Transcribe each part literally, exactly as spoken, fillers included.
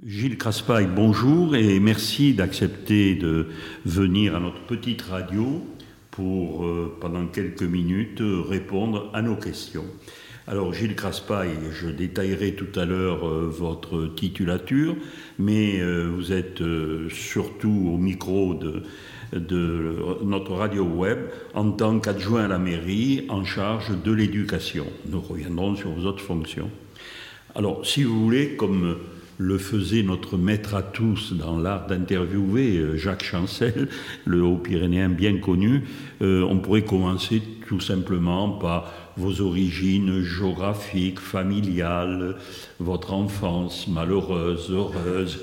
Gilles Craspail, bonjour et merci d'accepter de venir à notre petite radio pour, euh, pendant quelques minutes, répondre à nos questions. Alors Gilles Craspail, je détaillerai tout à l'heure euh, votre titulature, mais euh, vous êtes euh, surtout au micro de, de notre radio web en tant qu'adjoint à la mairie en charge de l'éducation. Nous reviendrons sur vos autres fonctions. Alors, si vous voulez, comme le faisait notre maître à tous dans l'art d'interviewer, Jacques Chancel, le Haut-Pyrénéen bien connu, euh, on pourrait commencer tout simplement par vos origines géographiques, familiales, votre enfance malheureuse, heureuse,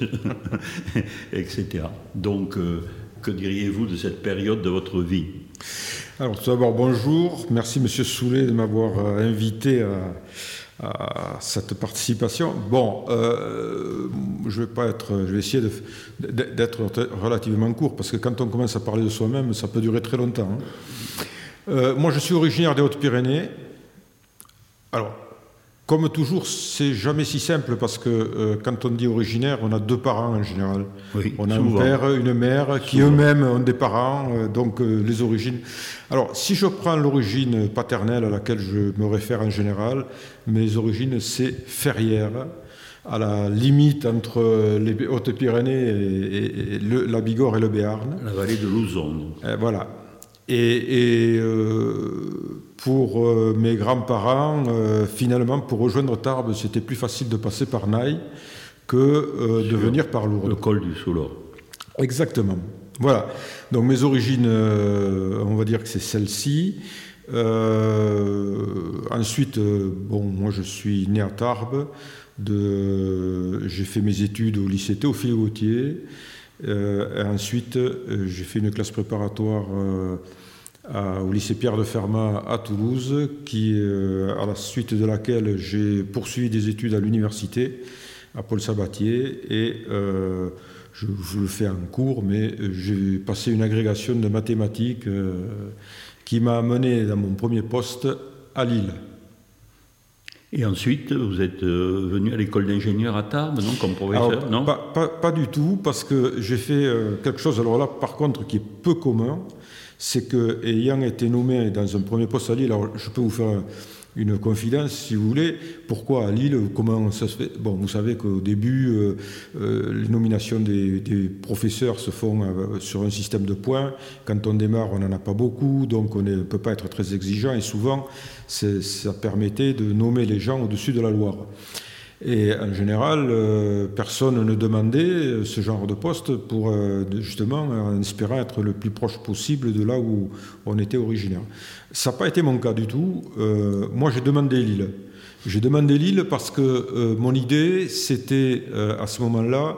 et cetera. Donc, euh, que diriez-vous de cette période de votre vie ? Alors, tout d'abord, bonjour. Merci, Monsieur Soulet, de m'avoir euh, invité à... à cette participation. Bon, euh, je vais pas être, je vais essayer de, d'être relativement court, parce que quand on commence à parler de soi-même, ça peut durer très longtemps. Hein. Euh, moi, je suis originaire des Hautes-Pyrénées. Alors, comme toujours, c'est jamais si simple, parce que euh, quand on dit originaire, on a deux parents en général. Oui, on a souvent. un père, une mère, souvent. Qui eux-mêmes ont des parents, euh, donc euh, les origines. Alors, si je prends l'origine paternelle à laquelle je me réfère en général, mes origines, c'est Ferrières, à la limite entre les Hautes-Pyrénées et, et, et le, la Bigorre et le Béarn. La vallée de l'Ouzon. Euh, voilà. Et, et euh, pour euh, mes grands-parents, euh, finalement, pour rejoindre Tarbes, c'était plus facile de passer par Naï que euh, de venir par Lourdes. Le col du Soulor. Exactement. Voilà. Donc mes origines, euh, on va dire que c'est celle-ci. Euh, ensuite, euh, bon, moi je suis né à Tarbes. De, j'ai fait mes études au lycée Théophile Gautier. Euh, et ensuite, euh, j'ai fait une classe préparatoire euh, à, au lycée Pierre de Fermat à Toulouse, qui, euh, à la suite de laquelle j'ai poursuivi des études à l'université, à Paul Sabatier, et euh, je, je le fais en cours, mais j'ai passé une agrégation de mathématiques euh, qui m'a amené dans mon premier poste à Lille. Et ensuite, vous êtes euh, venu à l'école d'ingénieur à Tarbes, non, comme professeur? Alors, non pas, pas, pas du tout, parce que j'ai fait euh, quelque chose, alors là, par contre, qui est peu commun, c'est que, ayant été nommé dans un premier poste à Lille, alors je peux vous faire une confidence, si vous voulez. Pourquoi à Lille? Comment ça se fait? Bon, vous savez qu'au début, euh, euh, les nominations des, des professeurs se font euh, sur un système de points. Quand on démarre, on n'en a pas beaucoup, donc on ne peut pas être très exigeant. Et souvent, c'est, ça permettait de nommer les gens au-dessus de la Loire. Et en général, euh, personne ne demandait ce genre de poste pour euh, justement en espérant être le plus proche possible de là où on était originaire. Ça n'a pas été mon cas du tout. Euh, moi, j'ai demandé Lille. J'ai demandé Lille parce que euh, mon idée, c'était euh, à ce moment-là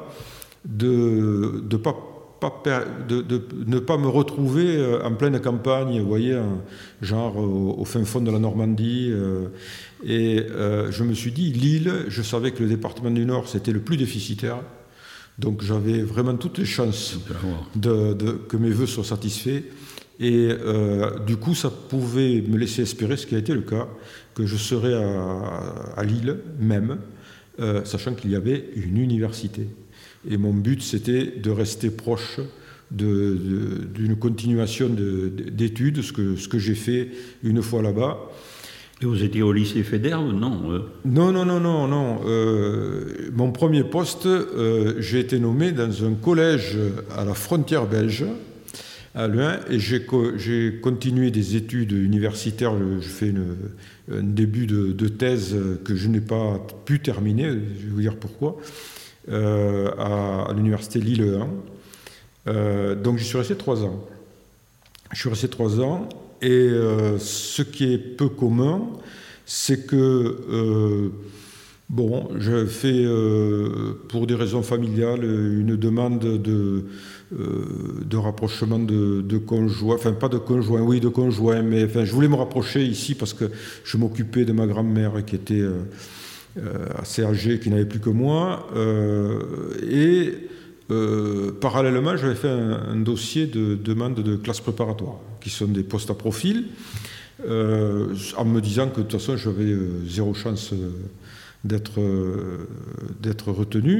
de ne pas, pas, de, de ne pas me retrouver en pleine campagne, vous voyez, genre au, au fin fond de la Normandie. Euh, et euh, je me suis dit, Lille, je savais que le département du Nord, c'était le plus déficitaire. Donc j'avais vraiment toutes les chances de, de, que mes vœux soient satisfaits. Et euh, du coup, ça pouvait me laisser espérer, ce qui a été le cas, que je serais à, à Lille même, euh, sachant qu'il y avait une université. Et mon but, c'était de rester proche de, de, d'une continuation de, d'études, ce que, ce que j'ai fait une fois là-bas. Et vous étiez au lycée Fédère, non euh... Non, non, non, non, non. Euh, mon premier poste, euh, j'ai été nommé dans un collège à la frontière belge, à Loin, et j'ai, co- j'ai continué des études universitaires. Je, je fais une, un début de, de thèse que je n'ai pas pu terminer, je vais vous dire pourquoi, euh, à, à l'université Lille un. Euh, donc j'y suis resté trois ans. Je suis resté trois ans. Et euh, ce qui est peu commun, c'est que, euh, bon, je fais, euh, pour des raisons familiales, une demande de, euh, de rapprochement de, de conjoint, enfin pas de conjoint, oui, de conjoint, mais enfin, je voulais me rapprocher ici parce que je m'occupais de ma grand-mère qui était euh, assez âgée, qui n'avait plus que moi, euh, et Euh, parallèlement, j'avais fait un, un dossier de demande de classe préparatoire, qui sont des postes à profil, euh, en me disant que de toute façon, j'avais euh, zéro chance euh, d'être, euh, d'être retenu.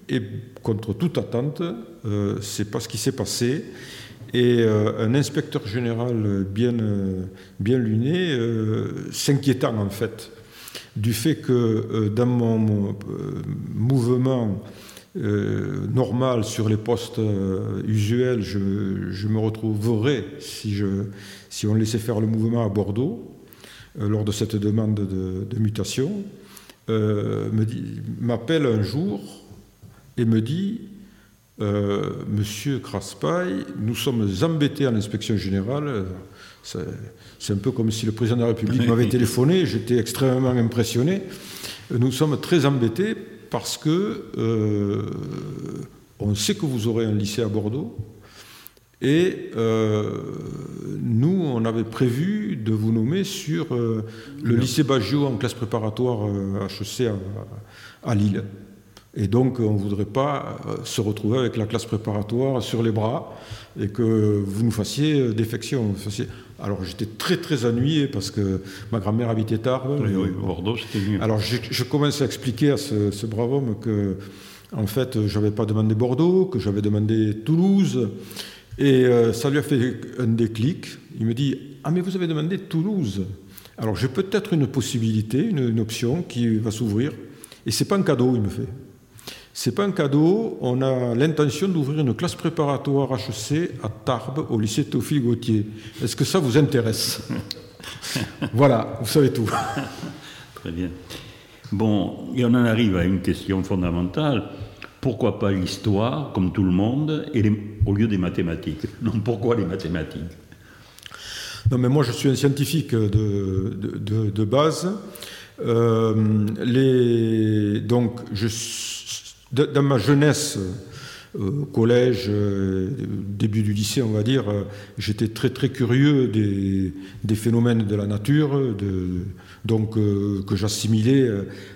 et contre toute attente, euh, c'est pas ce qui s'est passé. Et euh, un inspecteur général bien, euh, bien luné, euh, s'inquiétant en fait du fait que euh, dans mon euh, mouvement euh, normal sur les postes euh, usuels, je, je me retrouverais si, je, si on laissait faire le mouvement à Bordeaux, euh, lors de cette demande de, de mutation, euh, me dit, m'appelle un jour et me dit euh, « Monsieur Craspail, nous sommes embêtés à l'inspection générale. » C'est, c'est un peu comme si le président de la République m'avait téléphoné, j'étais extrêmement impressionné. Nous sommes très embêtés parce que euh, on sait que vous aurez un lycée à Bordeaux et euh, nous, on avait prévu de vous nommer sur euh, le lycée Baggio en classe préparatoire euh, H E C à, à Lille. Et donc, on ne voudrait pas se retrouver avec la classe préparatoire sur les bras et que vous nous fassiez défection. Vous fassiez... Alors, j'étais très, très ennuyé parce que ma grand-mère habitait Tarbes. Oui, oui, Bordeaux, c'était mieux. Alors, je, je commençais à expliquer à ce, ce brave homme que, en fait, je n'avais pas demandé Bordeaux, que j'avais demandé Toulouse. Et euh, ça lui a fait un déclic. Il me dit « Ah, mais vous avez demandé Toulouse. Alors, j'ai peut-être une possibilité, une, une option qui va s'ouvrir. Et ce n'est pas un cadeau, il me fait. C'est pas un cadeau, on a l'intention d'ouvrir une classe préparatoire H E C à Tarbes, au lycée Théophile Gautier. Est-ce que ça vous intéresse? Voilà, vous savez tout. Très bien. Bon, et on en arrive à une question fondamentale. Pourquoi pas l'histoire, comme tout le monde, et les, au lieu des mathématiques? Non, pourquoi les mathématiques? Non, mais moi, je suis un scientifique de, de, de, de base. Euh, les, donc, je Dans ma jeunesse, euh, collège, euh, début du lycée, on va dire, euh, j'étais très très curieux des, des phénomènes de la nature, de, donc euh, que j'assimilais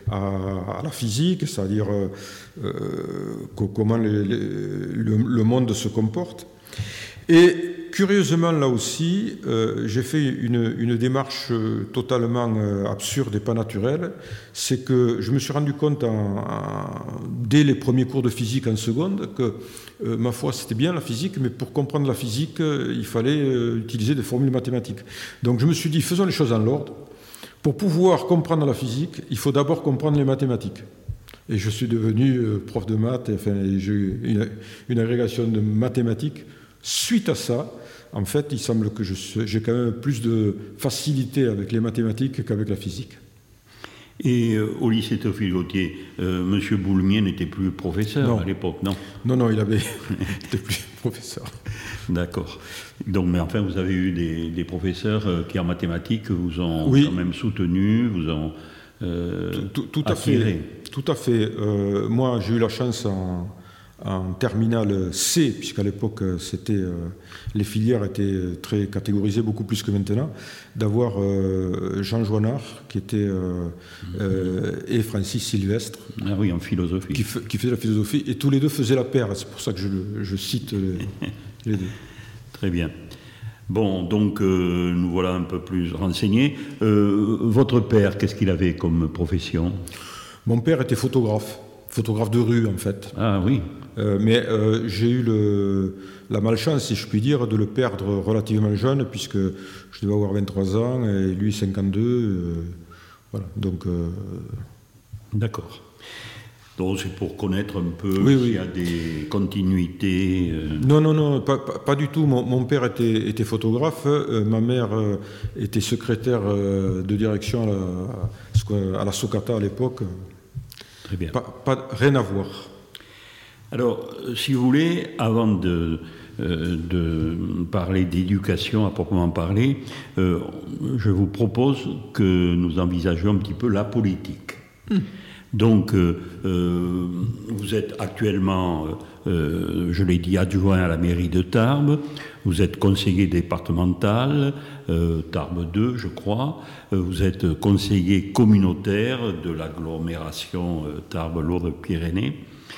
à, à la physique, c'est-à-dire euh, euh, comment les, les, le, le monde se comporte. Et curieusement, là aussi, euh, j'ai fait une, une démarche totalement euh, absurde et pas naturelle. C'est que je me suis rendu compte, en, en, dès les premiers cours de physique en seconde, que, euh, ma foi, c'était bien la physique, mais pour comprendre la physique, euh, il fallait euh, utiliser des formules mathématiques. Donc je me suis dit, faisons les choses en l'ordre. Pour pouvoir comprendre la physique, il faut d'abord comprendre les mathématiques. Et je suis devenu euh, prof de maths, et, enfin, j'ai eu une, une agrégation de mathématiques. Suite à ça, en fait, il semble que je, j'ai quand même plus de facilité avec les mathématiques qu'avec la physique. Et euh, au lycée Théophile Gautier, euh, M. Boulmier n'était plus professeur non. à l'époque, non? Non, non, il avait n'était plus professeur. D'accord. Donc, mais enfin, vous avez eu des, des professeurs euh, qui, en mathématiques, vous ont oui. quand même soutenu, vous ont euh, tout, tout, tout à fait. Tout à fait. Euh, moi, j'ai eu la chance en... en terminale C, puisqu'à l'époque c'était, euh, les filières étaient très catégorisées, beaucoup plus que maintenant, d'avoir euh, Jean Joannard, qui était, euh, mmh. euh, et Francis Sylvestre. Ah oui, en philosophie. Qui, f- qui faisait la philosophie, et tous les deux faisaient la paire, c'est pour ça que je, je cite les, les deux. Très bien. Bon, donc euh, nous voilà un peu plus renseignés. Euh, votre père, qu'est-ce qu'il avait comme profession? Mon père était photographe, photographe de rue en fait. Ah oui. Euh, mais euh, j'ai eu le, la malchance, si je puis dire, de le perdre relativement jeune, puisque je devais avoir vingt-trois ans et lui cinquante-deux. Euh, voilà, donc. Euh... D'accord. Donc c'est pour connaître un peu oui, s'il oui. y a des continuités. Euh... Non, non, non, pas, pas, pas du tout. Mon, mon père était, était photographe, euh, ma mère euh, était secrétaire euh, de direction à la, à la Socata à l'époque. Très bien. Pas, pas, rien à voir. Alors, si vous voulez, avant de, euh, de parler d'éducation à proprement parler, euh, je vous propose que nous envisagions un petit peu la politique. Mmh. Donc, euh, euh, vous êtes actuellement, euh, je l'ai dit, adjoint à la mairie de Tarbes, vous êtes conseiller départemental, euh, Tarbes deux, je crois, vous êtes conseiller communautaire de l'agglomération euh, Tarbes-Lourdes-Pyrénées,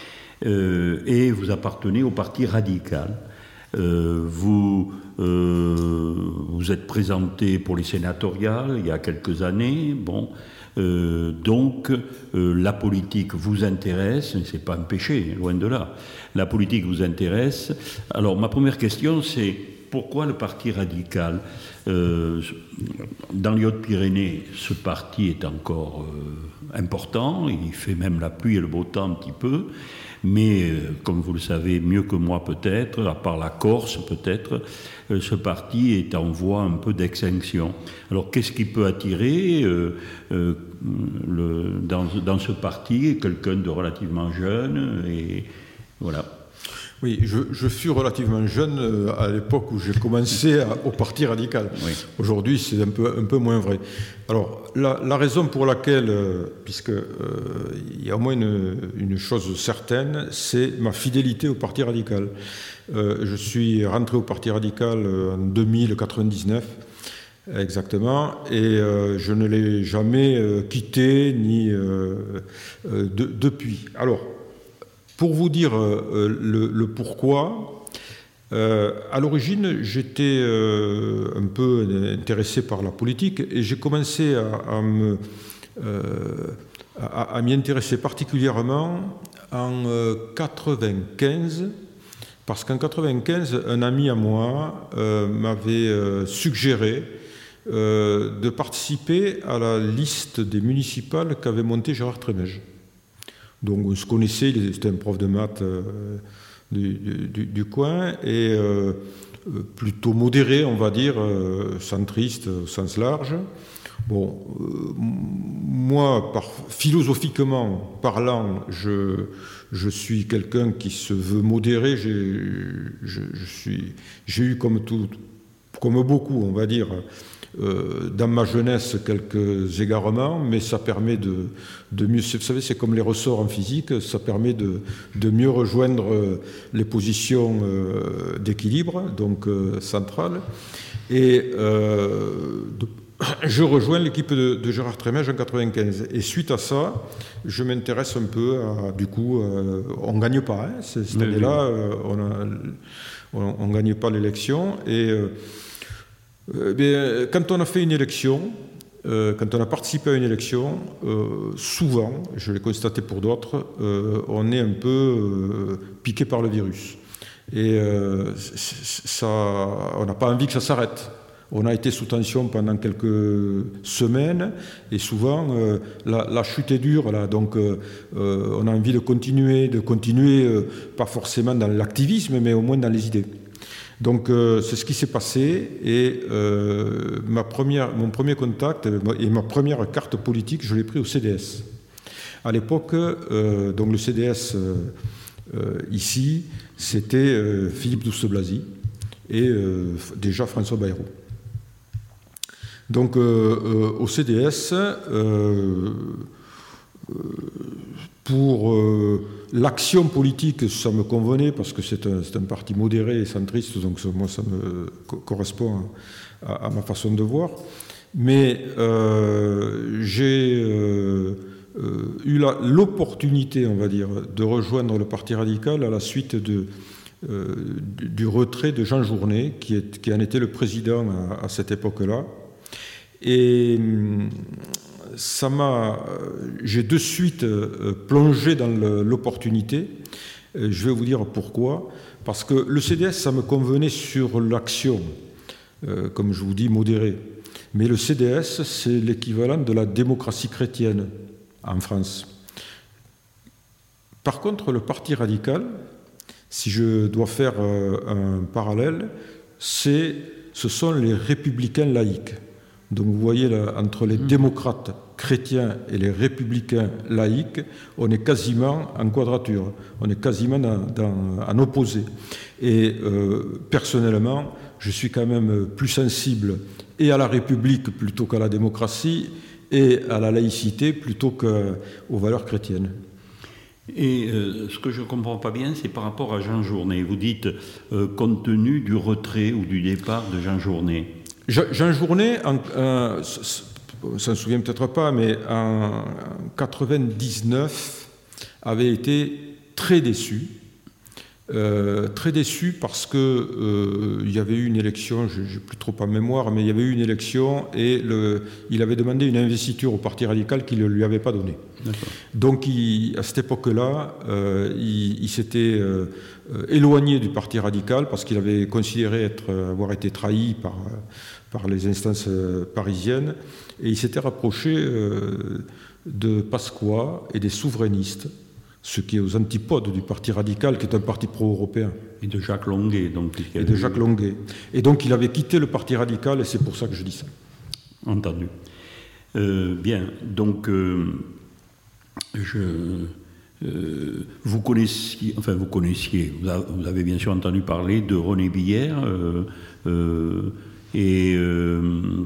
euh, et vous appartenez au Parti radical. Euh, vous euh, vous êtes présenté pour les sénatoriales il y a quelques années, bon. Euh, donc, euh, la politique vous intéresse, mais ce n'est pas un péché, loin de là. La politique vous intéresse. Alors, ma première question, c'est pourquoi le Parti radical euh, dans les Hautes-Pyrénées, ce parti est encore euh, important, il fait même la pluie et le beau temps un petit peu, mais euh, comme vous le savez mieux que moi peut-être, à part la Corse peut-être, euh, ce parti est en voie un peu d'extinction. Alors qu'est-ce qui peut attirer euh, euh, le, dans, dans ce parti quelqu'un de relativement jeune et voilà. Oui, je, je fus relativement jeune à l'époque où j'ai commencé à, au Parti radical. Oui. Aujourd'hui, c'est un peu, un peu moins vrai. Alors, la, la raison pour laquelle, puisque euh, il y a au moins une, une chose certaine, c'est ma fidélité au Parti radical. Euh, je suis rentré au Parti radical en deux mille quatre-vingt-dix-neuf, exactement, et euh, je ne l'ai jamais euh, quitté ni euh, euh, de, depuis. Alors, pour vous dire euh, le, le pourquoi, euh, à l'origine, j'étais euh, un peu intéressé par la politique et j'ai commencé à, à, me, euh, à, à m'y intéresser particulièrement en euh, quatre-vingt-quinze, parce qu'en quatre-vingt-quinze, un ami à moi euh, m'avait euh, suggéré euh, de participer à la liste des municipales qu'avait montée Gérard Trémège. Donc on se connaissait, c'était un prof de maths euh, du, du, du coin, et euh, plutôt modéré, on va dire, euh, centriste au sens large. Bon, euh, moi, par, philosophiquement parlant, je, je suis quelqu'un qui se veut modéré. J'ai, je, je suis, j'ai eu comme tout, comme beaucoup, on va dire, Euh, dans ma jeunesse, quelques égarements, mais ça permet de, de mieux... Vous savez, c'est comme les ressorts en physique, ça permet de, de mieux rejoindre les positions euh, d'équilibre, donc euh, centrales. Et euh, de, je rejoins l'équipe de, de Gérard Trémège en quatre-vingt-quinze. Et suite à ça, je m'intéresse un peu à... Du coup, euh, on ne gagne pas, hein, cette année-là, euh, on ne gagne pas l'élection. Et... Euh, Euh, bien, quand on a fait une élection, euh, quand on a participé à une élection, euh, souvent, je l'ai constaté pour d'autres, euh, on est un peu euh, piqué par le virus. Et euh, ça, on n'a pas envie que ça s'arrête. On a été sous tension pendant quelques semaines et souvent euh, la, la chute est dure là, donc euh, euh, on a envie de continuer, de continuer, euh, pas forcément dans l'activisme, mais au moins dans les idées. Donc euh, c'est ce qui s'est passé et euh, ma première, mon premier contact et ma première carte politique, je l'ai pris au C D S. À l'époque, euh, donc le C D S euh, euh, ici, c'était euh, Philippe Douste-Blazy et euh, déjà François Bayrou. Donc euh, euh, au C D S, euh, euh, pour euh, l'action politique, ça me convenait parce que c'est un, c'est un parti modéré et centriste, donc ça, moi ça me co- correspond à, à ma façon de voir. Mais euh, j'ai euh, euh, eu la, l'opportunité, on va dire, de rejoindre le Parti radical à la suite de, euh, du, du retrait de Jean Journet, qui, est, qui en était le président à, à cette époque-là. Et ça m'a, j'ai de suite plongé dans l'opportunité. Je vais vous dire pourquoi. Parce que le C D S, ça me convenait sur l'action, comme je vous dis, modérée. Mais le C D S, c'est l'équivalent de la démocratie chrétienne en France. Par contre, le Parti radical, si je dois faire un parallèle, c'est, ce sont les républicains laïcs. Donc vous voyez, là, entre les démocrates chrétiens et les républicains laïcs, on est quasiment en quadrature, on est quasiment dans, dans, en opposé. Et euh, personnellement, je suis quand même plus sensible et à la République plutôt qu'à la démocratie, et à la laïcité plutôt qu'aux valeurs chrétiennes. Et euh, ce que je ne comprends pas bien, c'est par rapport à Jean Journet. Vous dites, euh, compte tenu du retrait ou du départ de Jean Journet. Jean Journet, en, euh, on ne s'en souvient peut-être pas, mais en quatre-vingt-dix-neuf, avait été très déçu Euh, très déçu parce que euh, il y avait eu une élection, je n'ai plus trop en mémoire, mais il y avait eu une élection et le, il avait demandé une investiture au Parti radical qu'il ne lui avait pas donnée. Donc il, à cette époque-là, euh, il, il s'était euh, éloigné du Parti radical parce qu'il avait considéré être, avoir été trahi par, par les instances parisiennes et il s'était rapproché euh, de Pasqua et des souverainistes, ce qui est aux antipodes du Parti radical, qui est un parti pro-européen. Et de Jacques Longuet. Donc, et de Jacques Longuet. Et donc il avait quitté le Parti radical, et c'est pour ça que je dis ça. Entendu. Euh, bien, donc euh, je, euh, vous connaissiez, enfin vous connaissiez, vous avez, vous avez bien sûr entendu parler de René Billère, euh, euh, et euh,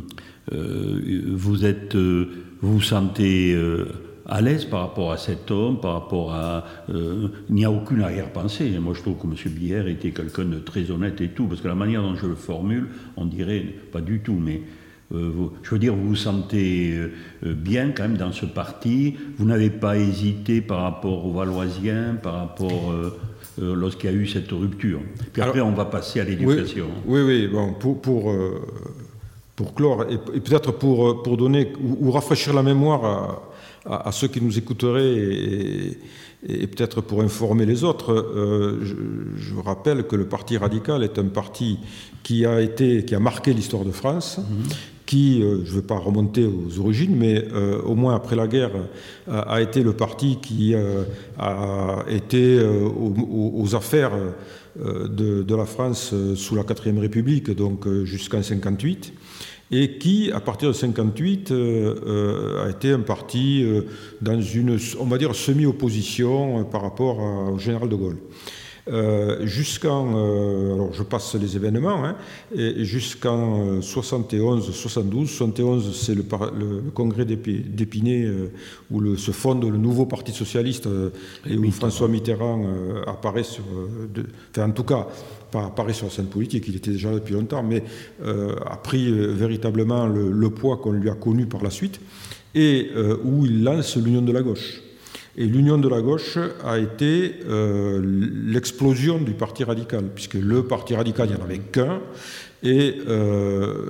euh, vous êtes, euh, vous vous sentez euh, à l'aise par rapport à cet homme, par rapport à... Euh, il n'y a aucune arrière-pensée. Moi, je trouve que M. Billère était quelqu'un de très honnête et tout, parce que la manière dont je le formule, on dirait, pas du tout, mais euh, vous, je veux dire, vous vous sentez euh, bien quand même dans ce parti, vous n'avez pas hésité par rapport aux Valoisiens, par rapport... Euh, euh, lorsqu'il y a eu cette rupture. Puis après, Alors, on va passer à l'éducation. Oui, oui, oui, bon, pour... pour euh, pour clore, et, et peut-être pour, pour donner, ou, ou rafraîchir la mémoire à... À, à ceux qui nous écouteraient et, et, et peut-être pour informer les autres, euh, je, je rappelle que le Parti radical est un parti qui a, été, qui a marqué l'histoire de France, mmh. qui, euh, je ne veux pas remonter aux origines, mais euh, au moins après la guerre, a, a été le parti qui euh, a été euh, aux, aux affaires euh, de, de la France euh, sous la quatrième République, donc euh, jusqu'en cinquante-huit. Et qui, à partir de cinquante-huit, euh, euh, a été un parti euh, dans une, on va dire, semi-opposition euh, par rapport à, au général de Gaulle. Euh, jusqu'en, euh, alors je passe les événements, hein, et jusqu'en soixante et onze soixante-douze. soixante et onze, c'est le, le, le congrès d'Épinay euh, où le, se fonde le nouveau Parti socialiste euh, et, et où Mitterrand. François Mitterrand euh, apparaît sur, euh, de, enfin en tout cas, pas apparaît sur la scène politique, il était déjà là depuis longtemps, mais euh, a pris euh, véritablement le, le poids qu'on lui a connu par la suite, et euh, où il lance l'Union de la gauche. Et l'Union de la gauche a été euh, l'explosion du Parti radical, puisque le Parti radical, il n'y en avait qu'un, et euh,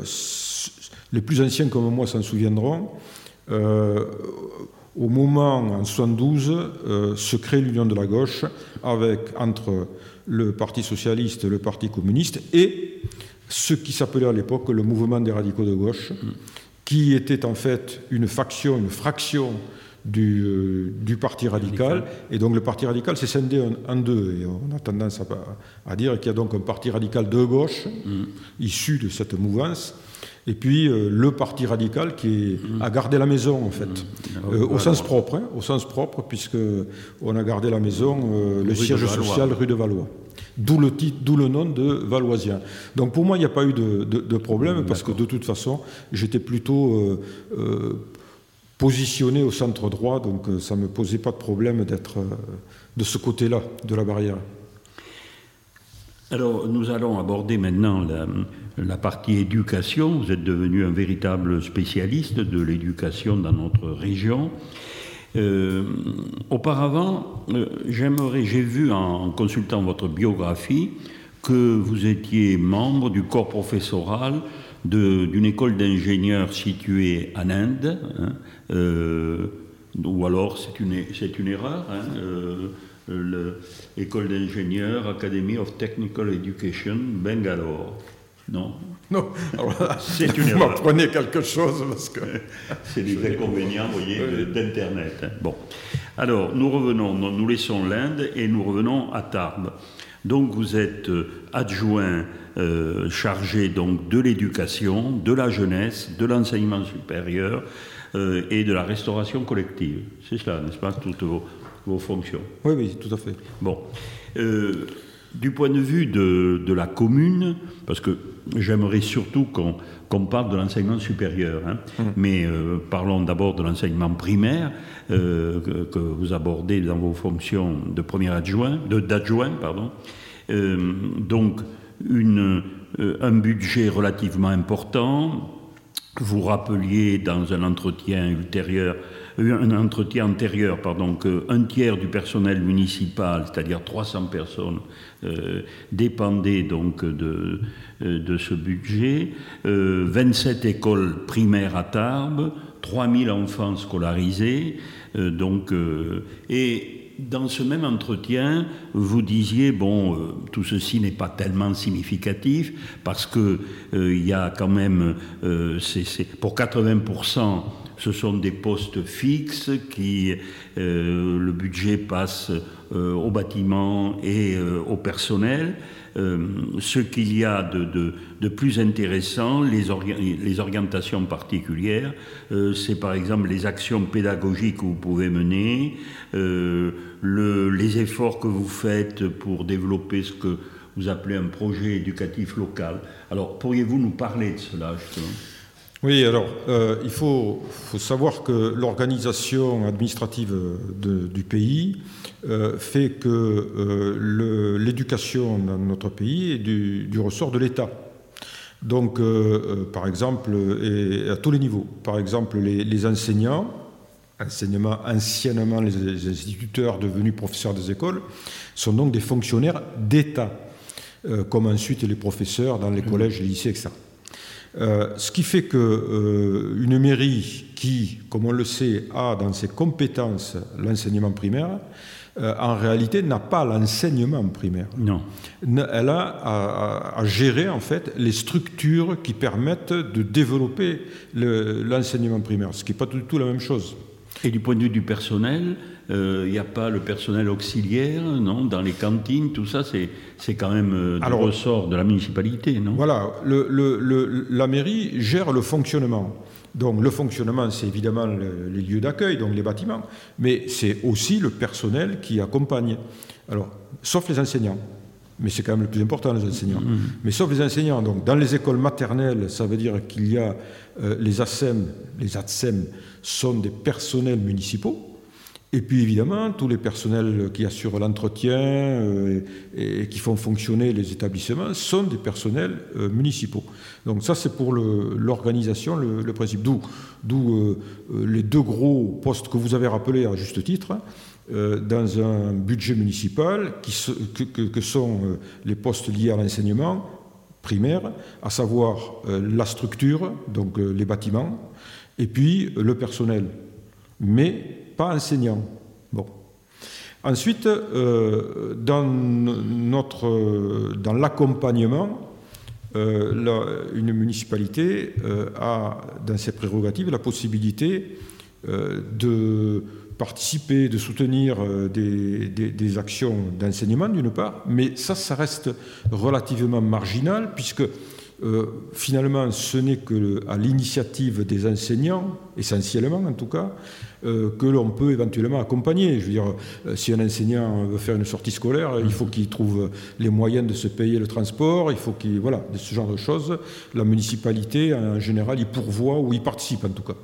les plus anciens comme moi s'en souviendront, euh, au moment, en soixante-douze, euh, se crée l'Union de la gauche, avec, entre le Parti socialiste, le Parti communiste, et ce qui s'appelait à l'époque le mouvement des radicaux de gauche, qui était en fait une faction, une fraction Du, euh, du Parti radical. Et donc le Parti radical s'est scindé en, en deux. Et on a tendance à, à dire qu'il y a donc un Parti radical de gauche, mm. issu de cette mouvance, et puis euh, le Parti radical qui est, mm. a gardé la maison, en fait, mm. euh, au sens propre, hein, au sens propre, puisqu'on a gardé la maison, euh, le siège social rue de Valois. D'où le, titre, d'où le nom de Valoisien. Donc pour moi, il n'y a pas eu de, de, de problème, parce que de toute façon, j'étais plutôt... Euh, euh, positionné au centre droit, donc ça ne me posait pas de problème d'être de ce côté-là de la barrière. Alors, nous allons aborder maintenant la, la partie éducation. Vous êtes devenu un véritable spécialiste de l'éducation dans notre région. Euh, auparavant, euh, j'aimerais, j'ai vu en, en consultant votre biographie que vous étiez membre du corps professoral de, d'une école d'ingénieurs située en Inde, hein, euh, ou alors c'est une, c'est une erreur, hein, euh, l'école d'ingénieurs Academy of Technical Education, Bangalore. Non. Non, alors là, c'est une vous erreur. m'apprenez quelque chose parce que... C'est les inconvénients, vous voyez, oui. d'Internet. Hein. Bon. Alors, nous revenons, nous laissons l'Inde et nous revenons à Tarbes. Donc, vous êtes adjoint euh, chargé donc, de l'éducation, de la jeunesse, de l'enseignement supérieur euh, et de la restauration collective. C'est cela, n'est-ce pas, toutes vos, vos fonctions? Oui, oui, tout à fait. Bon. Euh, du point de vue de, de la commune, parce que j'aimerais surtout qu'on, qu'on parle de l'enseignement supérieur, hein, mmh. mais euh, parlons d'abord de l'enseignement primaire euh, que, que vous abordez dans vos fonctions de premier adjoint, de, d'adjoint, pardon. Euh, donc, une, euh, un budget relativement important. Vous rappeliez dans un entretien ultérieur eu un entretien antérieur, pardon, qu'un tiers du personnel municipal, c'est-à-dire trois cents personnes, euh, dépendait donc de, de ce budget. Euh, vingt-sept écoles primaires à Tarbes, trois mille enfants scolarisés, euh, donc, euh, et dans ce même entretien, vous disiez, bon, euh, tout ceci n'est pas tellement significatif, parce qu'il euh, y a quand même, euh, c'est, c'est, pour quatre-vingts pour cent, ce sont des postes fixes, qui, euh, le budget passe euh, au bâtiment et euh, au personnel. Euh, ce qu'il y a de, de, de plus intéressant, les, orga les orientations particulières, euh, c'est par exemple les actions pédagogiques que vous pouvez mener, euh, le, les efforts que vous faites pour développer ce que vous appelez un projet éducatif local. Alors, pourriez-vous nous parler de cela, justement ? Oui, alors, euh, il faut, faut savoir que l'organisation administrative de, du pays euh, fait que euh, l'éducation dans notre pays est du, du ressort de l'État. Donc, euh, par exemple, et à tous les niveaux. Par exemple, les, les enseignants, enseignement, anciennement les, les instituteurs devenus professeurs des écoles, sont donc des fonctionnaires d'État, euh, comme ensuite les professeurs dans les collèges, les lycées, et cetera. Euh, ce qui fait qu'une euh, mairie qui, comme on le sait, a dans ses compétences l'enseignement primaire, euh, en réalité n'a pas l'enseignement primaire. Non. Elle a à, à gérer en fait les structures qui permettent de développer l'enseignement primaire, ce qui n'est pas du tout la même chose. Et du point de vue du personnel, il euh, n'y a pas le personnel auxiliaire, non, dans les cantines, tout ça, c'est quand même euh, du ressort de la municipalité, non? Voilà, le, le, le, la mairie gère le fonctionnement. Donc le fonctionnement, c'est évidemment le, les lieux d'accueil, donc les bâtiments, mais c'est aussi le personnel qui accompagne. Alors, sauf les enseignants. Mais c'est quand même le plus important, les enseignants. Mmh. Mais sauf les enseignants. Donc, dans les écoles maternelles, ça veut dire qu'il y a euh, les A S E M, les A T S E M sont des personnels municipaux. Et puis, évidemment, tous les personnels qui assurent l'entretien euh, et, et qui font fonctionner les établissements sont des personnels euh, municipaux. Donc, ça, c'est pour l'organisation, le, le, le principe. D'où euh, les deux gros postes que vous avez rappelés à juste titre, hein, Euh, dans un budget municipal qui se, que, que, que sont euh, les postes liés à l'enseignement primaire, à savoir euh, la structure, donc euh, les bâtiments, et puis euh, le personnel, mais pas enseignant. Bon. Ensuite, euh, dans notre, euh, dans l'accompagnement, euh, la, une municipalité euh, a dans ses prérogatives la possibilité euh, de participer, de soutenir des, des, des actions d'enseignement d'une part, mais ça, ça reste relativement marginal puisque euh, finalement ce n'est qu'à l'initiative des enseignants, essentiellement en tout cas, euh, que l'on peut éventuellement accompagner. Je veux dire, euh, si un enseignant veut faire une sortie scolaire, il faut qu'il trouve les moyens de se payer le transport, il faut qu'il, voilà, de ce genre de choses. La municipalité, en général, y pourvoit ou y participe en tout cas.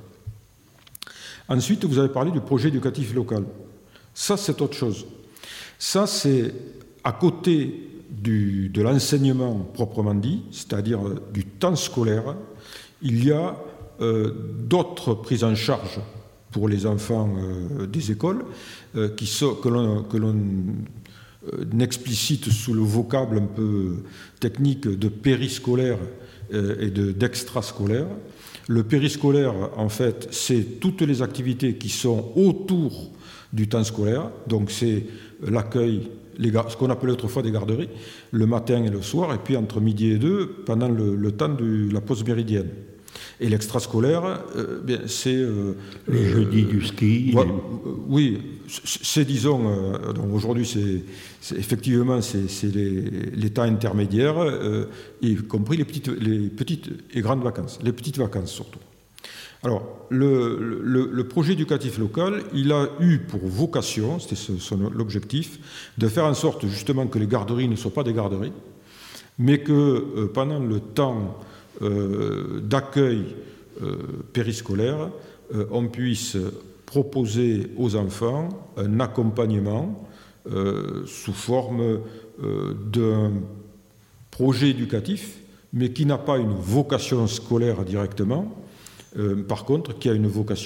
Ensuite, vous avez parlé du projet éducatif local. Ça, c'est autre chose. Ça, c'est à côté du, de l'enseignement proprement dit, c'est-à-dire du temps scolaire, il y a euh, d'autres prises en charge pour les enfants euh, des écoles euh, qui sont, que l'on que l'on euh, explicite sous le vocable un peu technique de périscolaire euh, et de, d'extrascolaire. Le périscolaire, en fait, c'est toutes les activités qui sont autour du temps scolaire. Donc, c'est l'accueil, ce qu'on appelait autrefois des garderies, le matin et le soir, et puis entre midi et deux, pendant le, le temps de la pause méridienne. Et l'extrascolaire, euh, c'est... Euh, les euh, jeudis du ski. Ouais, les... Oui, c'est, disons, euh, aujourd'hui, c'est effectivement, c'est les, les temps intermédiaires, euh, y compris les petites, les petites et grandes vacances, les petites vacances surtout. Alors, le, le, le projet éducatif local, il a eu pour vocation, c'était l'objectif, de faire en sorte justement que les garderies ne soient pas des garderies, mais que euh, pendant le temps euh, d'accueil euh, périscolaire, euh, on puisse proposer aux enfants un accompagnement euh, sous forme euh, d'un projet éducatif, mais qui n'a pas une vocation scolaire directement, euh, par contre, qui a une vocation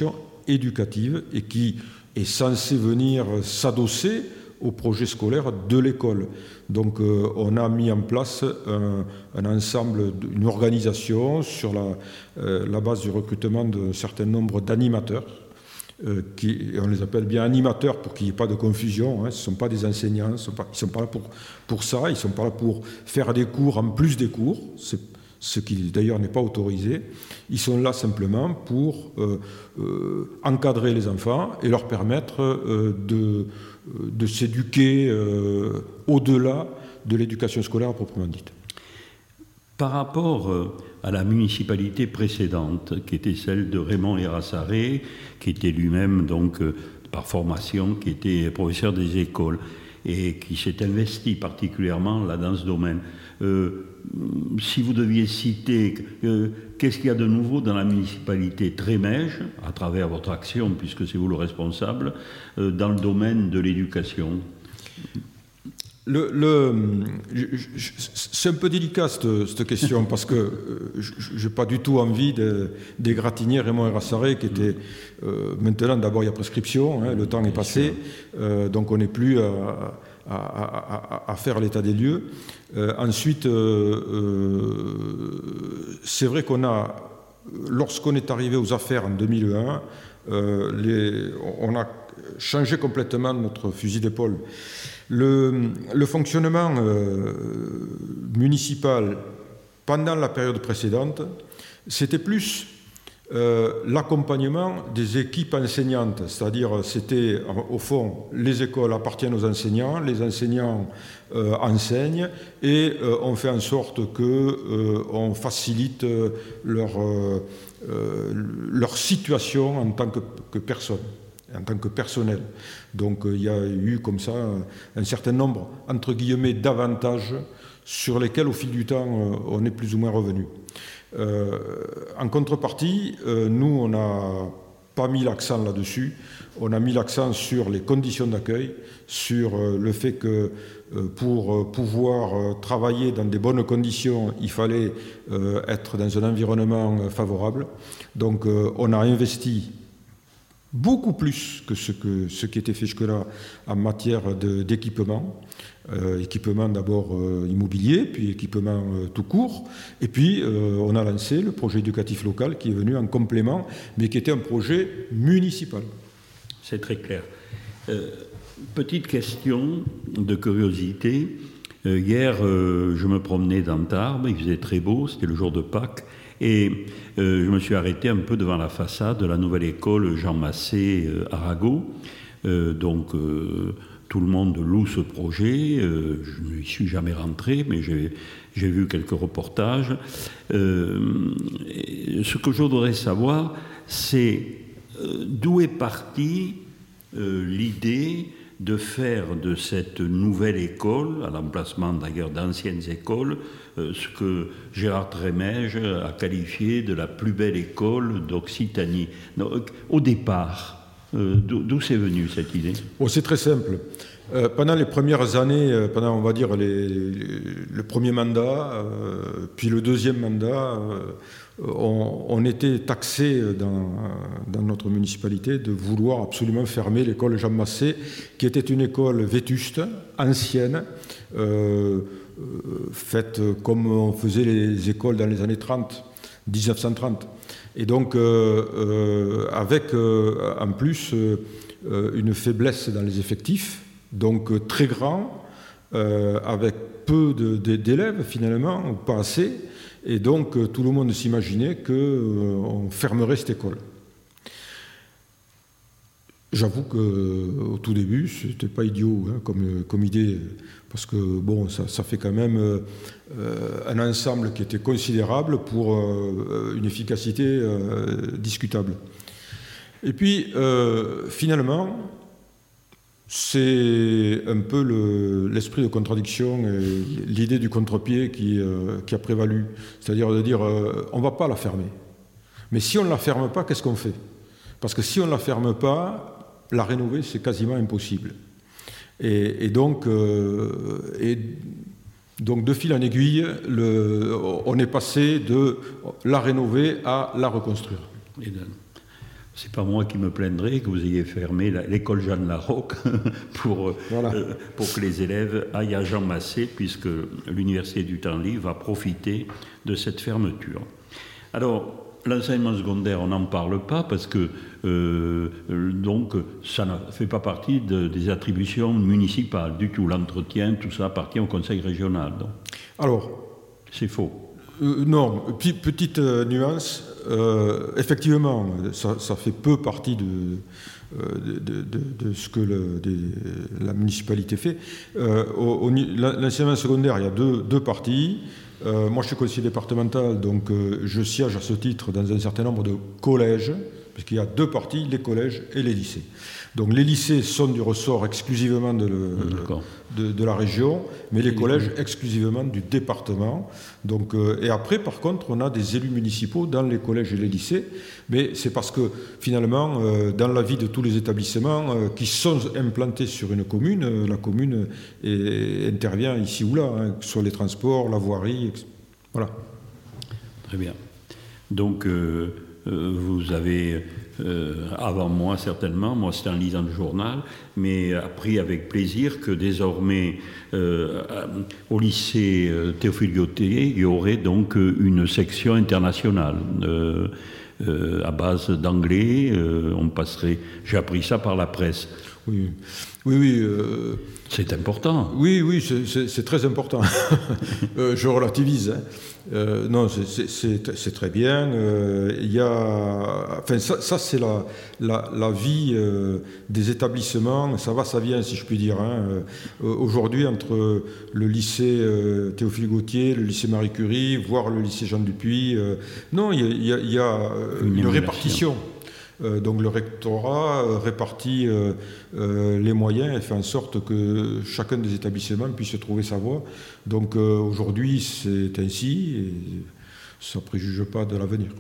éducative et qui est censée venir s'adosser au projet scolaire de l'école. Donc euh, on a mis en place un, un ensemble, une organisation sur la, euh, la base du recrutement d'un certain nombre d'animateurs. Euh, qui, on les appelle bien animateurs pour qu'il n'y ait pas de confusion, hein. Ce ne sont pas des enseignants, ils ne sont, sont pas là pour, pour ça, ils ne sont pas là pour faire des cours en plus des cours, c'est, ce qui d'ailleurs n'est pas autorisé. Ils sont là simplement pour euh, euh, encadrer les enfants et leur permettre euh, de, de s'éduquer euh, au-delà de l'éducation scolaire proprement dite. Par rapport à la municipalité précédente, qui était celle de Raymond Erassaré, qui était lui-même, donc, par formation, qui était professeur des écoles, et qui s'est investi particulièrement là dans ce domaine. Euh, si vous deviez citer, euh, qu'est-ce qu'il y a de nouveau dans la municipalité Trémège, à travers votre action, puisque c'est vous le responsable, euh, dans le domaine de l'éducation ? Le, le, je, je, c'est un peu délicat cette, cette question parce que euh, je n'ai pas du tout envie de, d'égratigner Raymond Erassaré qui était euh, maintenant, d'abord il y a prescription, hein, le temps est passé, euh, donc on n'est plus à, à, à, à faire l'état des lieux. Euh, ensuite, euh, euh, c'est vrai qu'on a, lorsqu'on est arrivé aux affaires en deux mille un, euh, les, on a changé complètement notre fusil d'épaule. Le, le fonctionnement euh, municipal pendant la période précédente, c'était plus euh, l'accompagnement des équipes enseignantes, c'est-à-dire c'était au fond les écoles appartiennent aux enseignants, les enseignants euh, enseignent et euh, on fait en sorte que euh, on facilite leur, euh, leur situation en tant que, que personne, en tant que personnel. Donc il y a eu comme ça un certain nombre, entre guillemets, d'avantages sur lesquels au fil du temps on est plus ou moins revenu. Euh, en contrepartie, euh, nous on n'a pas mis l'accent là-dessus, on a mis l'accent sur les conditions d'accueil, sur euh, le fait que euh, pour euh, pouvoir euh, travailler dans des bonnes conditions, il fallait euh, être dans un environnement euh, favorable. Donc euh, on a investi beaucoup plus que ce, que ce qui était fait jusque-là en matière de, d'équipement. Euh, équipement d'abord euh, immobilier, puis équipement euh, tout court. Et puis euh, on a lancé le projet éducatif local qui est venu en complément, mais qui était un projet municipal. C'est très clair. Euh, petite question de curiosité. Euh, hier, euh, je me promenais dans Tarbes, il faisait très beau, c'était le jour de Pâques. Et euh, je me suis arrêté un peu devant la façade de la nouvelle école Jean Massé euh, Arago. Euh, donc euh, tout le monde loue ce projet. Euh, je n'y suis jamais rentré, mais j'ai, j'ai vu quelques reportages. Euh, ce que je voudrais savoir, c'est euh, d'où est partie euh, l'idée de faire de cette nouvelle école, à l'emplacement d'ailleurs d'anciennes écoles, euh, ce que Gérard Trémège a qualifié de la plus belle école d'Occitanie. Donc, au départ, euh, d'où, d'où c'est venu cette idée ? Oh, c'est très simple. Euh, pendant les premières années, euh, pendant on va dire les, les, le premier mandat, euh, puis le deuxième mandat, euh, on, on était taxé dans, dans notre municipalité de vouloir absolument fermer l'école Jean Massé, qui était une école vétuste, ancienne, euh, euh, faite comme on faisait les écoles dans les années trente, dix-neuf cent trente. Et donc, euh, euh, avec euh, en plus euh, une faiblesse dans les effectifs, donc euh, très grand, euh, avec peu de, de, d'élèves finalement, pas assez, et donc euh, tout le monde s'imaginait qu'on euh, fermerait cette école. J'avoue qu'au tout début, c'était pas idiot hein, comme, comme idée, parce que bon, ça, ça fait quand même euh, un ensemble qui était considérable pour euh, une efficacité euh, discutable. Et puis, euh, finalement, c'est un peu le, l'esprit de contradiction et l'idée du contre-pied qui, euh, qui a prévalu. C'est-à-dire de dire, euh, on ne va pas la fermer. Mais si on ne la ferme pas, qu'est-ce qu'on fait ? Parce que si on ne la ferme pas, la rénover, c'est quasiment impossible. Et, et, donc, euh, et donc, de fil en aiguille, le, on est passé de la rénover à la reconstruire. c'est pas moi qui me plaindrai que vous ayez fermé l'école Jeanne Larocque pour, voilà. euh, pour que les élèves aillent à Jean Massé, puisque l'Université du Temps Libre va profiter de cette fermeture. Alors, l'enseignement secondaire, on n'en parle pas parce que euh, donc ça ne fait pas partie de, des attributions municipales du tout. L'entretien, tout ça appartient au conseil régional. Donc. Alors, c'est faux. Euh, non, petite euh, nuance. Euh, effectivement, ça, ça fait peu partie de, de, de, de, de ce que le, de, la municipalité fait. Euh, au, au, l'enseignement secondaire, il y a deux, deux parties. Euh, moi, je suis conseiller départemental, donc euh, je siège à ce titre dans un certain nombre de collèges, puisqu'il y a deux parties, les collèges et les lycées. Donc les lycées sont du ressort exclusivement de, le, de, de la région, mais les collèges exclusivement du département. Donc, euh, et après, par contre, on a des élus municipaux dans les collèges et les lycées, mais c'est parce que finalement, euh, dans la vie de tous les établissements euh, qui sont implantés sur une commune, euh, la commune est, intervient ici ou là, hein, sur les transports, la voirie, et cetera. Voilà. Très bien. Donc, euh, euh, vous avez... Euh, avant moi certainement, moi c'était en lisant le journal, mais appris avec plaisir que désormais euh, au lycée euh, Théophile Gautier, il y aurait donc une section internationale euh, euh, à base d'anglais. Euh, on passerait, j'ai appris ça par la presse. Oui, oui, oui. Euh... C'est important. Oui, oui, c'est très important. euh, je relativise. Hein. Euh, non, c'est très bien. Euh, il y a, enfin, ça, ça c'est la, la, la vie euh, des établissements. Ça va, ça vient, si je puis dire. Hein. Euh, Aujourd'hui, entre le lycée euh, Théophile Gautier, le lycée Marie Curie, voire le lycée Jean Dupuis, euh, non, il y a, il y a une, une répartition. Euh, donc le rectorat euh, répartit euh, euh, les moyens et fait en sorte que chacun des établissements puisse trouver sa voie. Donc euh, aujourd'hui c'est ainsi et ça ne préjuge pas de l'avenir.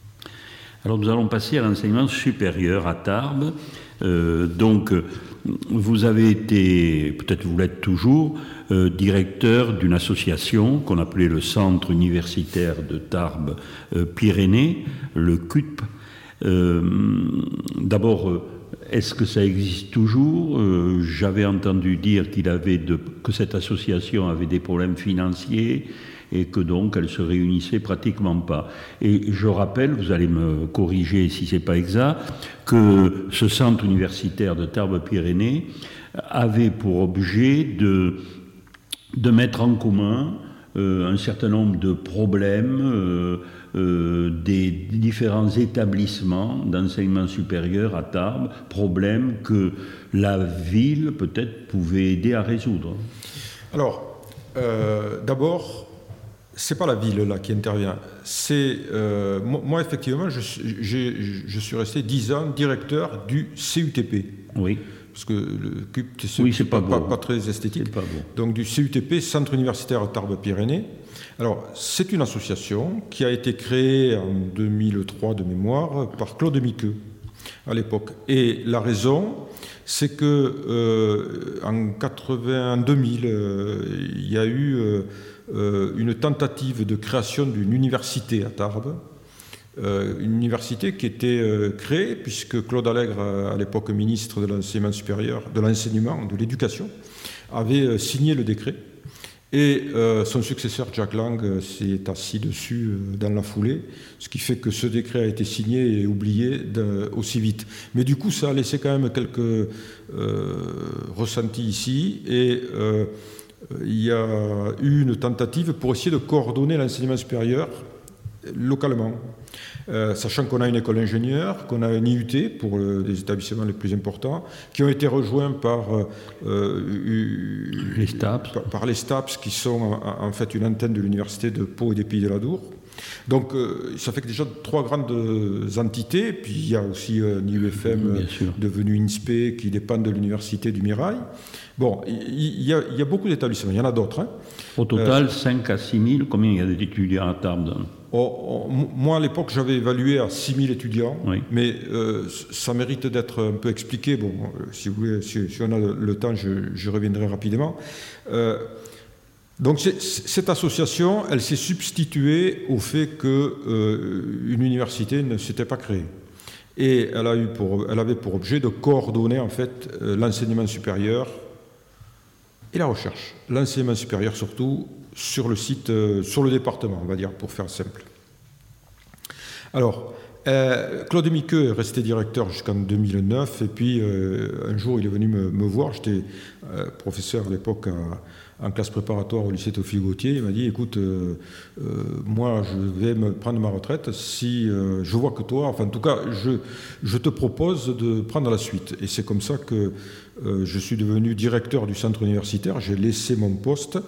Alors nous allons passer à l'enseignement supérieur à Tarbes. Euh, donc vous avez été, peut-être vous l'êtes toujours, euh, directeur d'une association qu'on appelait le Centre universitaire de Tarbes euh, Pyrénées, le C U P. Euh, D'abord, est-ce que ça existe toujours? euh, J'avais entendu dire qu'il avait de, que cette association avait des problèmes financiers et que donc elle se réunissait pratiquement pas. Et je rappelle, vous allez me corriger si c'est pas exact, que ce centre universitaire de Tarbes-Pyrénées avait pour objet de, de mettre en commun euh, un certain nombre de problèmes euh, Euh, des différents établissements d'enseignement supérieur à Tarbes, problèmes que la ville peut-être pouvait aider à résoudre. Alors, euh, d'abord, c'est pas la ville là qui intervient. C'est euh, moi effectivement, je, je suis resté dix ans directeur du C U T P. Oui. Parce que le C U P, c'est oui, pas, pas, pas, pas très esthétique. Pas beau. Donc du C U T P, Centre universitaire Tarbes-Pyrénées. Alors, c'est une association qui a été créée en deux mille trois de mémoire par Claude Miqueux à l'époque. Et la raison, c'est que euh, en quatre-vingt, en deux mille, euh, il y a eu euh, une tentative de création d'une université à Tarbes. Euh, une université qui était euh, créée puisque Claude Allègre, à l'époque ministre de l'enseignement supérieur, de l'enseignement, de l'éducation, avait euh, signé le décret. Et euh, son successeur, Jacques Lang, euh, s'est assis dessus euh, dans la foulée, ce qui fait que ce décret a été signé et oublié de, aussi vite. Mais du coup, ça a laissé quand même quelques euh, ressentis ici, et euh, il y a eu une tentative pour essayer de coordonner l'enseignement supérieur localement. Euh, sachant qu'on a une école d'ingénieurs, qu'on a un I U T pour euh, les établissements les plus importants, qui ont été rejoints par, euh, les STAPS. par, par les STAPS, qui sont en, en fait une antenne de l'université de Pau et des Pays de la Dour. Donc euh, ça fait que déjà trois grandes entités, puis il y a aussi un I U F M euh, devenu INSPE qui dépend de l'université du Mirail. Bon, il y, y, y a beaucoup d'établissements, il y en a d'autres. Hein. Au total, euh, cinq à six mille, combien il y a d'étudiants à Tarbes? Oh, oh, moi, à l'époque, j'avais évalué à six mille étudiants, oui. mais euh, ça mérite d'être un peu expliqué. Bon, si, vous voulez, si, si on a le, le temps, je, je reviendrai rapidement. Euh, donc, cette association, elle s'est substituée au fait qu'une euh, université ne s'était pas créée. Et elle, a eu pour, elle avait pour objet de coordonner en fait l'enseignement supérieur et la recherche. L'enseignement supérieur surtout sur le site, sur le département, on va dire, pour faire simple. Alors, euh, Claude Miqueux est resté directeur jusqu'en deux mille neuf, et puis euh, un jour il est venu me, me voir, j'étais euh, professeur à l'époque à, en classe préparatoire au lycée Théophile Gautier. Il m'a dit, écoute, euh, euh, moi je vais me prendre ma retraite si euh, je vois que toi, enfin en tout cas, je, je te propose de prendre la suite. Et c'est comme ça que euh, je suis devenu directeur du centre universitaire, j'ai laissé mon poste.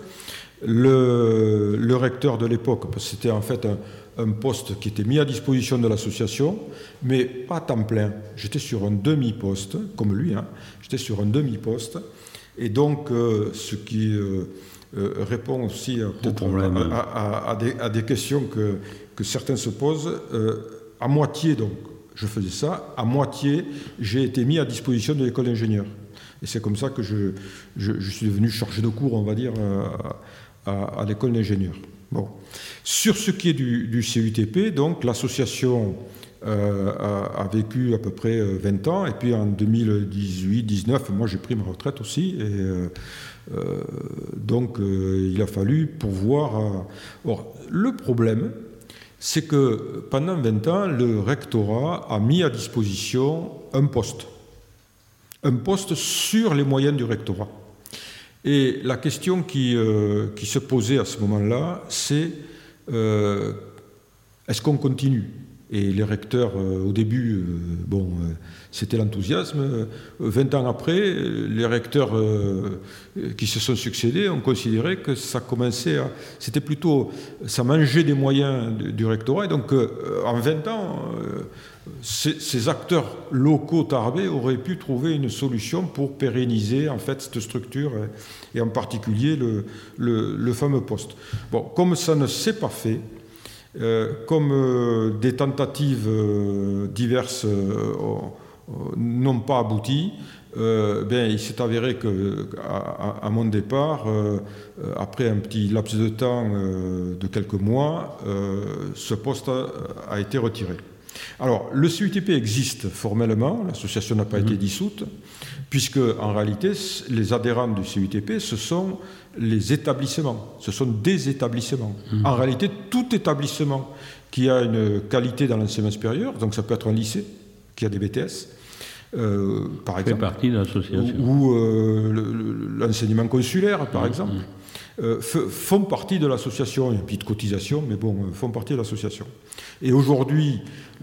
Le, le recteur de l'époque, c'était en fait un, un poste qui était mis à disposition de l'association, mais pas à temps plein. J'étais sur un demi-poste, comme lui, hein. J'étais sur un demi-poste. Et donc, euh, ce qui euh, euh, répond aussi à, à, à, à, des, à des questions que, que certains se posent, euh, à moitié, donc, je faisais ça, à moitié, j'ai été mis à disposition de l'école d'ingénieurs. Et c'est comme ça que je, je, je suis devenu chargé de cours, on va dire, à, à, à l'école d'ingénieurs. Bon. Sur ce qui est du, du C U T P, donc, l'association euh, a, a vécu à peu près vingt ans, et puis en deux mille dix-huit dix-neuf, moi j'ai pris ma retraite aussi, et euh, euh, donc euh, il a fallu pourvoir à... Or, le problème, c'est que pendant vingt ans, le rectorat a mis à disposition un poste. Un poste sur les moyens du rectorat. Et la question qui, euh, qui se posait à ce moment-là, c'est euh, est-ce qu'on continue ? Et les recteurs, euh, au début, euh, bon, euh, c'était l'enthousiasme. vingt ans après, les recteurs euh, qui se sont succédés ont considéré que ça commençait à... C'était plutôt... Ça mangeait des moyens du, du rectorat. Et donc, euh, en vingt ans... Euh, Ces, ces acteurs locaux tarbais auraient pu trouver une solution pour pérenniser en fait cette structure et, et en particulier le, le, le fameux poste. Bon, comme ça ne s'est pas fait, euh, comme euh, des tentatives euh, diverses euh, n'ont pas abouti, euh, bien, il s'est avéré que à, à mon départ, euh, après un petit laps de temps euh, de quelques mois, euh, ce poste a, a été retiré. Alors, le C U T P existe formellement, l'association n'a pas mmh. été dissoute, puisque en réalité, les adhérents du C U T P, ce sont les établissements, ce sont des établissements. Mmh. En réalité, tout établissement qui a une qualité dans l'enseignement supérieur, donc ça peut être un lycée qui a des B T S, euh, par exemple, fait partie de l'association. Ou, ou euh, le, l'enseignement consulaire, par mmh. exemple, euh, f- font partie de l'association. Il y a une petite cotisation, mais bon, euh, font partie de l'association. Et aujourd'hui,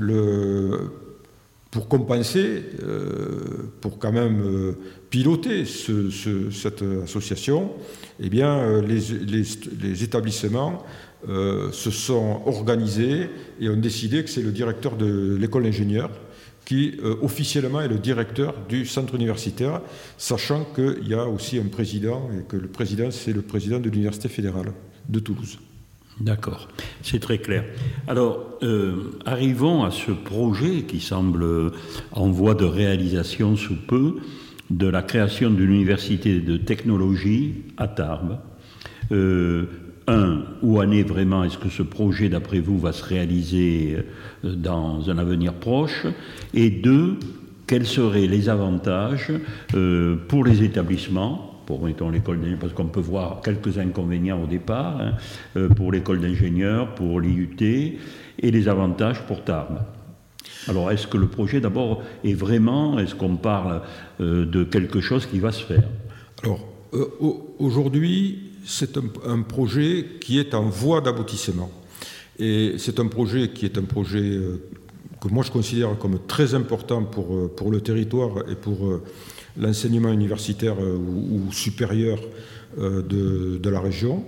le, pour compenser, euh, pour quand même euh, piloter ce, ce, cette association, eh bien, euh, les, les, les établissements euh, se sont organisés et ont décidé que c'est le directeur de l'école d'ingénieurs qui euh, officiellement est le directeur du centre universitaire, sachant qu'il y a aussi un président, et que le président, c'est le président de l'Université fédérale de Toulouse. D'accord, c'est très clair. Alors, euh, arrivons à ce projet qui semble en voie de réalisation sous peu, de la création d'une université de technologie à Tarbes. Euh, un, où en est vraiment, est-ce que ce projet, d'après vous, va se réaliser dans un avenir proche ? Et deux, quels seraient les avantages euh, pour les établissements, pour, mettons, l'école d'ingénieurs, parce qu'on peut voir quelques inconvénients au départ, hein, euh, pour l'école d'ingénieurs, pour l'I U T, et les avantages pour Tarbes. Alors, est-ce que le projet, d'abord, est vraiment, est-ce qu'on parle euh, de quelque chose qui va se faire ? Alors, euh, aujourd'hui, c'est un, un projet qui est en voie d'aboutissement. Et c'est un projet qui est un projet euh, que moi je considère comme très important pour, euh, pour le territoire et pour euh, l'enseignement universitaire euh, ou, ou supérieur euh, de, de la région,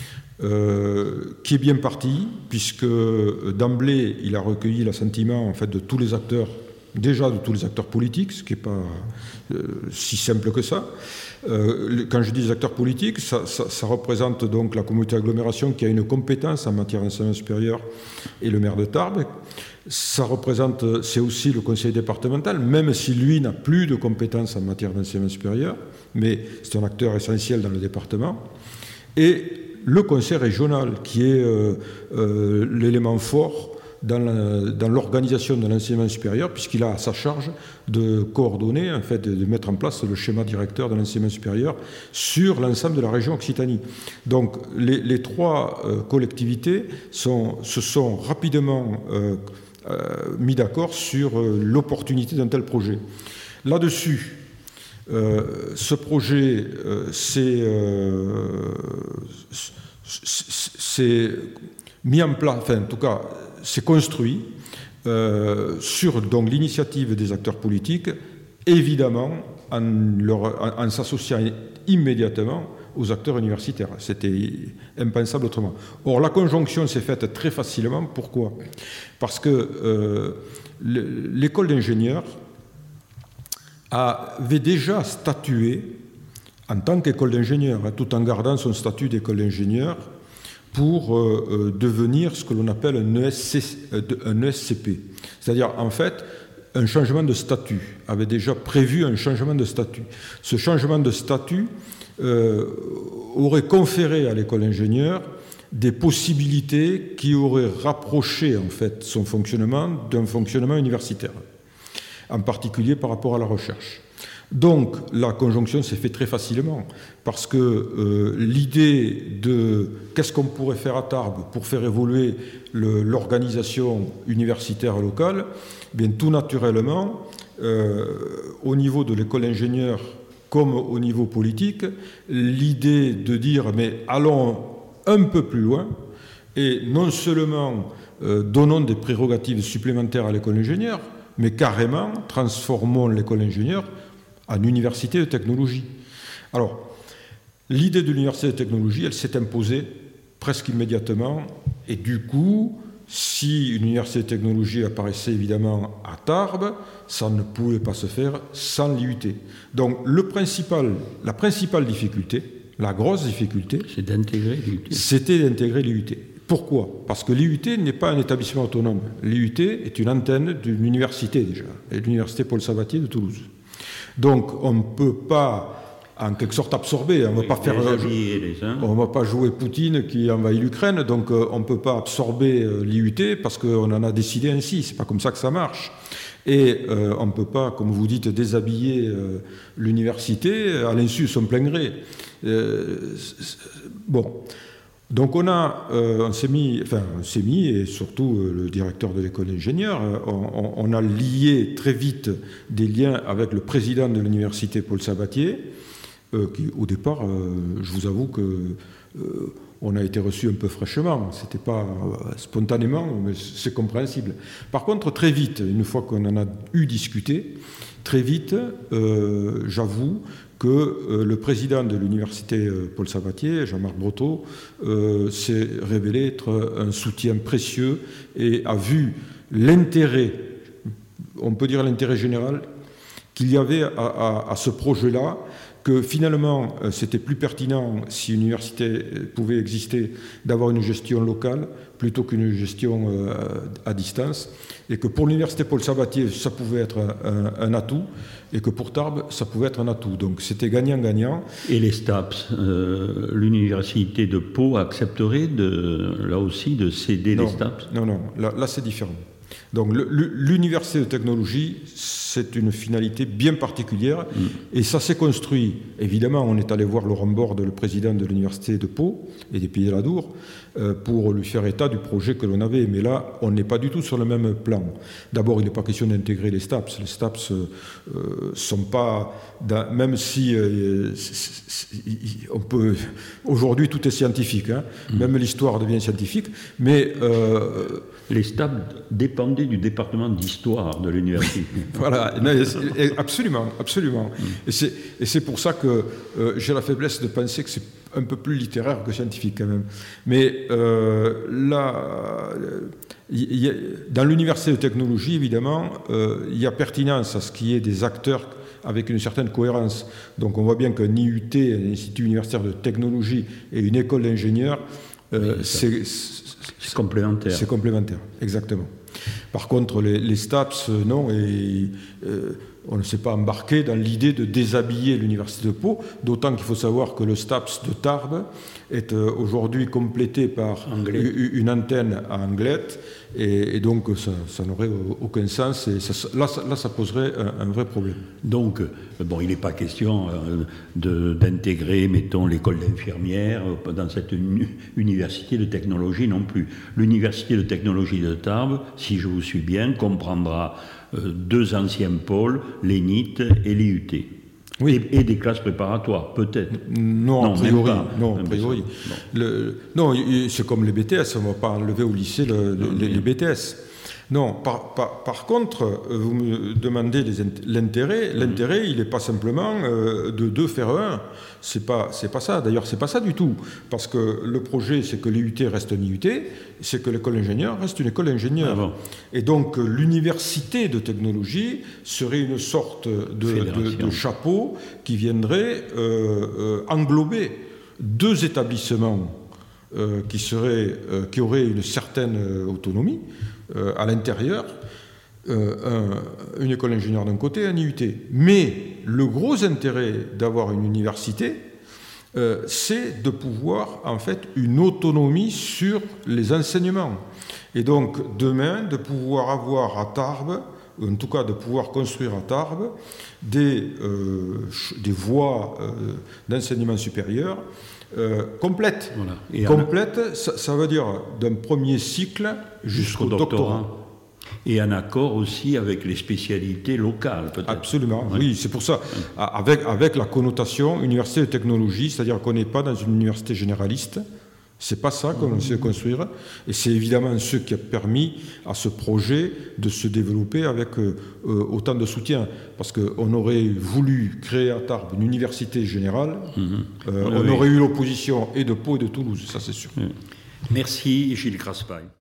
euh, qui est bien parti, puisque d'emblée, il a recueilli l'assentiment en fait, de tous les acteurs, déjà de tous les acteurs politiques, ce qui n'est pas euh, si simple que ça. Euh, quand je dis les acteurs politiques, ça, ça, ça représente donc la communauté d'agglomération qui a une compétence en matière d'enseignement supérieur et le maire de Tarbes. Ça représente, c'est aussi le conseil départemental, même si lui n'a plus de compétences en matière d'enseignement supérieur, mais c'est un acteur essentiel dans le département. Et le conseil régional, qui est euh, euh, l'élément fort dans, la, dans l'organisation de l'enseignement supérieur, puisqu'il a à sa charge de coordonner, en fait, de, de mettre en place le schéma directeur de l'enseignement supérieur sur l'ensemble de la région Occitanie. Donc les, les trois euh, collectivités sont, se sont rapidement euh, euh, mis d'accord sur euh, l'opportunité d'un tel projet. Là-dessus, euh, ce projet euh, c'est euh, c'est mis en place, enfin en tout cas, c'est construit euh, sur donc l'initiative des acteurs politiques, évidemment en, leur, en, en s'associant immédiatement aux acteurs universitaires. C'était impensable autrement. Or, la conjonction s'est faite très facilement. Pourquoi ? Parce que euh, l'école d'ingénieurs avait déjà statué en tant qu'école d'ingénieurs, hein, tout en gardant son statut d'école d'ingénieurs, pour euh, devenir ce que l'on appelle un E S C, un E S C P. C'est-à-dire, en fait, un changement de statut, avait déjà prévu un changement de statut. Ce changement de statut euh, aurait conféré à l'école d'ingénieurs des possibilités qui auraient rapproché, en fait, son fonctionnement d'un fonctionnement universitaire, en particulier par rapport à la recherche. Donc, la conjonction s'est faite très facilement, parce que euh, l'idée de qu'est-ce qu'on pourrait faire à Tarbes pour faire évoluer le, l'organisation universitaire locale, eh bien, tout naturellement, euh, au niveau de l'école d'ingénieurs comme au niveau politique, l'idée de dire mais allons un peu plus loin, et non seulement euh, donnons des prérogatives supplémentaires à l'école d'ingénieurs, mais carrément transformons l'école d'ingénieurs en université de technologie. Alors, l'idée de l'université de technologie, elle s'est imposée presque immédiatement, et du coup, si une université de technologie apparaissait évidemment à Tarbes, ça ne pouvait pas se faire sans l'I U T. Donc, le principal, la principale difficulté, la grosse difficulté, c'est d'intégrer l'I U T. C'était d'intégrer l'I U T. Pourquoi ? Parce que l'I U T n'est pas un établissement autonome. L'I U T est une antenne d'une université déjà, et de l'université Paul Sabatier de Toulouse. Donc on ne peut pas, en quelque sorte, absorber. On ne oui, va pas faire, les uns. On va pas jouer Poutine qui envahit l'Ukraine. Donc euh, on ne peut pas absorber euh, l'I U T parce qu'on en a décidé ainsi. C'est pas comme ça que ça marche. Et euh, on ne peut pas, comme vous dites, déshabiller euh, l'université à l'insu de son plein gré. Euh, bon. Donc on a, euh, on s'est mis, enfin on s'est mis, et surtout euh, le directeur de l'école d'ingénieurs, euh, on, on a lié très vite des liens avec le président de l'université Paul Sabatier, euh, qui au départ, euh, je vous avoue que euh, on a été reçu un peu fraîchement, c'était pas euh, spontanément, mais c'est compréhensible. Par contre, très vite, une fois qu'on en a eu discuté, très vite, euh, j'avoue que euh, le président de l'université euh, Paul Sabatier, Jean-Marc Breteau, euh, s'est révélé être un soutien précieux et a vu l'intérêt, on peut dire l'intérêt général, qu'il y avait à, à, à ce projet-là, que finalement euh, c'était plus pertinent, si une université pouvait exister, d'avoir une gestion locale plutôt qu'une gestion euh, à distance, et que pour l'université Paul Sabatier, ça pouvait être un, un, un atout, et que pour Tarbes, ça pouvait être un atout. Donc c'était gagnant-gagnant. Et les STAPS, euh, l'université de Pau accepterait de, là aussi de céder non, les STAPS ? Non, non, là, là c'est différent. Donc le, l'université de technologie, c'est une finalité bien particulière, mmh. et ça s'est construit. Évidemment, on est allé voir Laurent Borde, le président de l'université de Pau et des Pays de la Dour, euh, pour lui faire état du projet que l'on avait. Mais là, on n'est pas du tout sur le même plan. D'abord, il n'est pas question d'intégrer les STAPS. Les STAPS ne euh, sont pas... Dans, même si euh, c'est, c'est, on peut... Aujourd'hui, tout est scientifique. Hein, mmh. Même l'histoire devient scientifique. Mais... Euh, les STAPS dépendaient du département d'histoire de l'université. Voilà, absolument, absolument. Mm. Et, c'est, et c'est pour ça que euh, j'ai la faiblesse de penser que c'est un peu plus littéraire que scientifique quand même. Mais euh, là, y a, dans l'université de technologie, évidemment, euh, il y a pertinence à ce qu'il y ait des acteurs avec une certaine cohérence. Donc on voit bien qu'un I U T, un institut universitaire de technologie, et une école d'ingénieurs, euh, oui, c'est, c'est, c'est complémentaire. C'est complémentaire, exactement. Par contre, les, les STAPS, non. Et euh, on ne s'est pas embarqué dans l'idée de déshabiller l'Université de Pau, d'autant qu'il faut savoir que le STAPS de Tarbes est euh, aujourd'hui complété par Anglais. une antenne à Anglette, et, et donc ça, ça n'aurait aucun sens, et ça, là, ça, là ça poserait un, un vrai problème. Donc, bon, il n'est pas question euh, de, d'intégrer, mettons, l'école d'infirmières dans cette uni- université de technologie non plus. L'université de technologie de Tarbes, si je vous suis bien, comprendra euh, deux anciens pôles, l'E N I T et l'I U T. Oui. Et, et des classes préparatoires, peut-être. Non, non, a priori. Non, a priori. Non. Le, non, c'est comme les B T S, on ne va pas enlever au lycée le, le, les, les B T S. Non, par, par, par contre, vous me demandez les, l'intérêt. L'intérêt, il n'est pas simplement euh, de deux faire un. C'est pas, c'est pas ça. D'ailleurs, c'est pas ça du tout. Parce que le projet, c'est que l'I U T reste un I U T, c'est que l'école d'ingénieur reste une école d'ingénieur. Ah bon. Et donc, l'université de technologie serait une sorte de, de, de chapeau qui viendrait euh, euh, englober deux établissements euh, qui, seraient, euh, qui auraient une certaine autonomie. Euh, à l'intérieur, euh, un, une école d'ingénieur d'un côté, un I U T. Mais le gros intérêt d'avoir une université, euh, c'est de pouvoir, en fait, une autonomie sur les enseignements. Et donc, demain, de pouvoir avoir à Tarbes, ou en tout cas de pouvoir construire à Tarbes, des, euh, des voies euh, d'enseignement supérieur Euh, complète. Voilà. Et complète, en... ça, ça veut dire d'un premier cycle jusqu'au, jusqu'au doctorat. doctorat. Et en accord aussi avec les spécialités locales, peut-être. Absolument, oui, oui c'est pour ça. Oui. Avec, avec la connotation université de technologie, c'est-à-dire qu'on n'est pas dans une université généraliste. C'est pas ça qu'on sait construire, et c'est évidemment ce qui a permis à ce projet de se développer avec euh, autant de soutien, parce qu'on aurait voulu créer à Tarbes une université générale, mmh. euh, oui, on oui. aurait eu l'opposition et de Pau et de Toulouse, ça c'est sûr. Merci Gilles Craspail.